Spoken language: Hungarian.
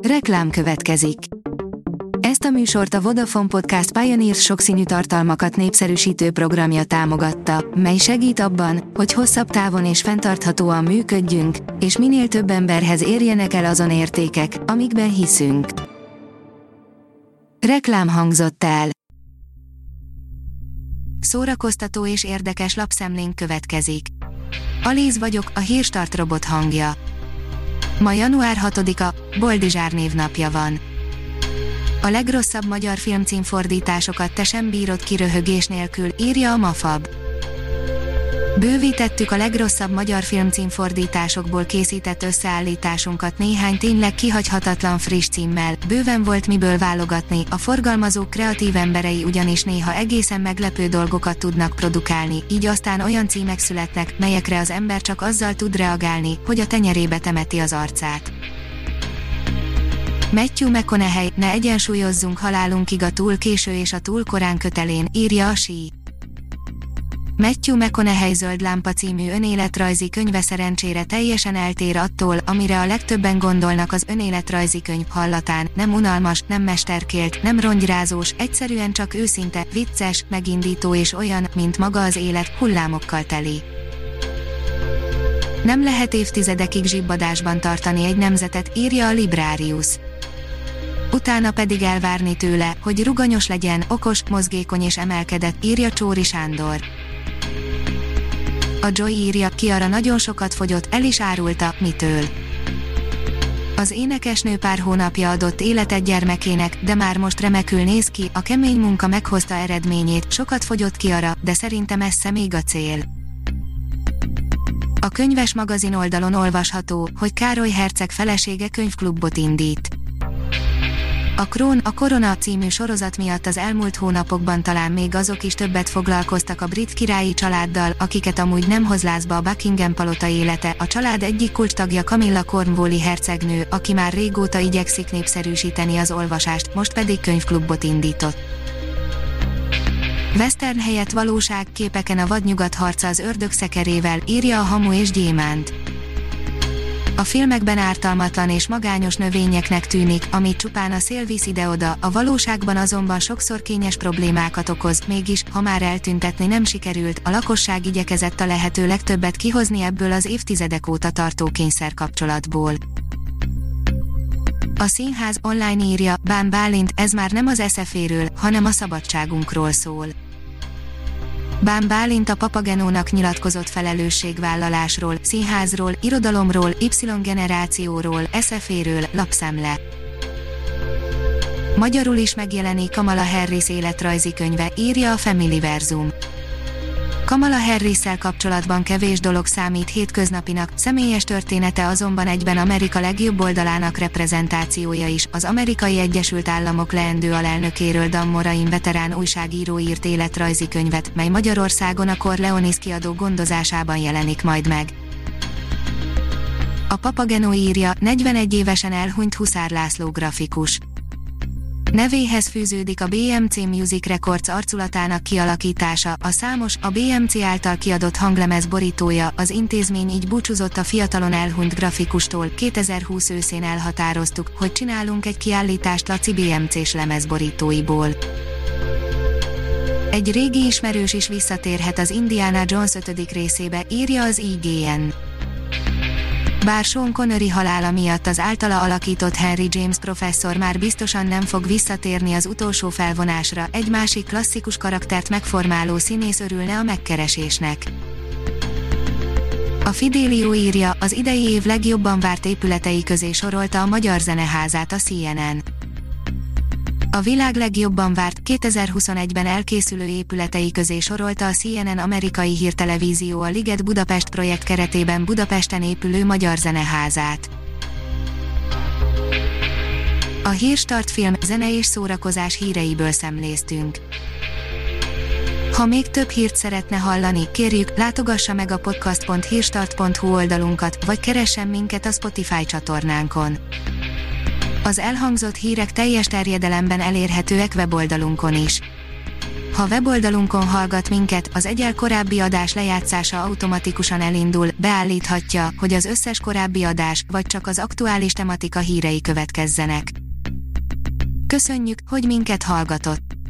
Reklám következik. Ezt a műsort a Vodafone Podcast Pioneers sokszínű tartalmakat népszerűsítő programja támogatta, mely segít abban, hogy hosszabb távon és fenntarthatóan működjünk, és minél több emberhez érjenek el azon értékek, amikben hiszünk. Reklám hangzott el. Szórakoztató és érdekes lapszemlénk következik. Alíz vagyok, a Hírstart robot hangja. Ma január 6-a, Boldizsár névnapja van. A legrosszabb magyar filmcímfordításokat te sem bírod ki röhögés nélkül, írja a Mafab. Bővítettük a legrosszabb magyar filmcímfordításokból készített összeállításunkat néhány tényleg kihagyhatatlan friss címmel, bőven volt miből válogatni, a forgalmazók kreatív emberei ugyanis néha egészen meglepő dolgokat tudnak produkálni, így aztán olyan címek születnek, melyekre az ember csak azzal tud reagálni, hogy a tenyerébe temeti az arcát. Matthew McConaughey, ne egyensúlyozzunk halálunkig a túl késő és a túl korán kötelén, írja a SHE. Matthew McConaughey Zöld lámpa című önéletrajzi könyve szerencsére teljesen eltér attól, amire a legtöbben gondolnak az önéletrajzi könyv hallatán, nem unalmas, nem mesterkélt, nem rongyrázós, egyszerűen csak őszinte, vicces, megindító és olyan, mint maga az élet, hullámokkal teli. Nem lehet évtizedekig zsibbadásban tartani egy nemzetet, írja a Librarius. Utána pedig elvárni tőle, hogy ruganyos legyen, okos, mozgékony és emelkedett, írja Csóri Sándor. A Joy írja, Kiara nagyon sokat fogyott, el is árulta, mitől. Az énekesnő pár hónapja adott életet gyermekének, de már most remekül néz ki, a kemény munka meghozta eredményét, sokat fogyott Kiara, de szerintem messze még a cél. A Könyves magazin oldalon olvasható, hogy Károly herceg felesége könyvklubot indít. A Krón, a Korona című sorozat miatt az elmúlt hónapokban talán még azok is többet foglalkoztak a brit királyi családdal, akiket amúgy nem hoz lázba a Buckingham palota élete. A család egyik kulcstagja Camilla Cornwalli hercegnő, aki már régóta igyekszik népszerűsíteni az olvasást, most pedig könyvklubot indított. Western helyett valóságképeken a vadnyugat harca az ördög szekerével, írja a Hamu és Gyémánt. A filmekben ártalmatlan és magányos növényeknek tűnik, amit csupán a szél visz ide-oda, a valóságban azonban sokszor kényes problémákat okoz, mégis, ha már eltüntetni nem sikerült, a lakosság igyekezett a lehető legtöbbet kihozni ebből az évtizedek óta tartó kényszerkapcsolatból. A Színház online írja, Bán Bálint, ez már nem az eszeféről, hanem a szabadságunkról szól. Bán Bálint a Papagenónak nyilatkozott felelősségvállalásról, színházról, irodalomról, Y-generációról, eszeféről, lapszemle. Magyarul is megjelenik Kamala Harris életrajzi könyve, írja a Familyverzum. Kamala Harrisszel kapcsolatban kevés dolog számít hétköznapinak, személyes története azonban egyben Amerika legjobb oldalának reprezentációja is. Az Amerikai Egyesült Államok leendő alelnökéről Dan Morain veterán újságíró írt életrajzi könyvet, mely Magyarországon a Corleonis kiadó gondozásában jelenik majd meg. A Papageno írja, 41 évesen elhunyt Huszár László grafikus. Nevéhez fűződik a BMC Music Records arculatának kialakítása, a számos, a BMC által kiadott hanglemez borítója, az intézmény így búcsúzott a fiatalon elhunyt grafikustól. 2020 őszén elhatároztuk, hogy csinálunk egy kiállítást Laci BMC-s lemezborítóiból. Egy régi ismerős is visszatérhet az Indiana Jones 5. részébe, írja az IGN. Bár Sean Connery halála miatt az általa alakított Henry James professzor már biztosan nem fog visszatérni az utolsó felvonásra, egy másik klasszikus karaktert megformáló színész örülne a megkeresésnek. A Fidelio írja, az idei év legjobban várt épületei közé sorolta a Magyar Zeneházát a CNN. A világ legjobban várt 2021-ben elkészülő épületei közé sorolta a CNN amerikai hírtelevízió a Liget Budapest projekt keretében Budapesten épülő Magyar Zeneházát. A Hírstart film, zene és szórakozás híreiből szemléztünk. Ha még több hírt szeretne hallani, kérjük, látogassa meg a podcast.hírstart.hu oldalunkat, vagy keressen minket a Spotify csatornánkon. Az elhangzott hírek teljes terjedelemben elérhetőek weboldalunkon is. Ha weboldalunkon hallgat minket, az egyel korábbi adás lejátszása automatikusan elindul, beállíthatja, hogy az összes korábbi adás, vagy csak az aktuális tematika hírei következzenek. Köszönjük, hogy minket hallgatott!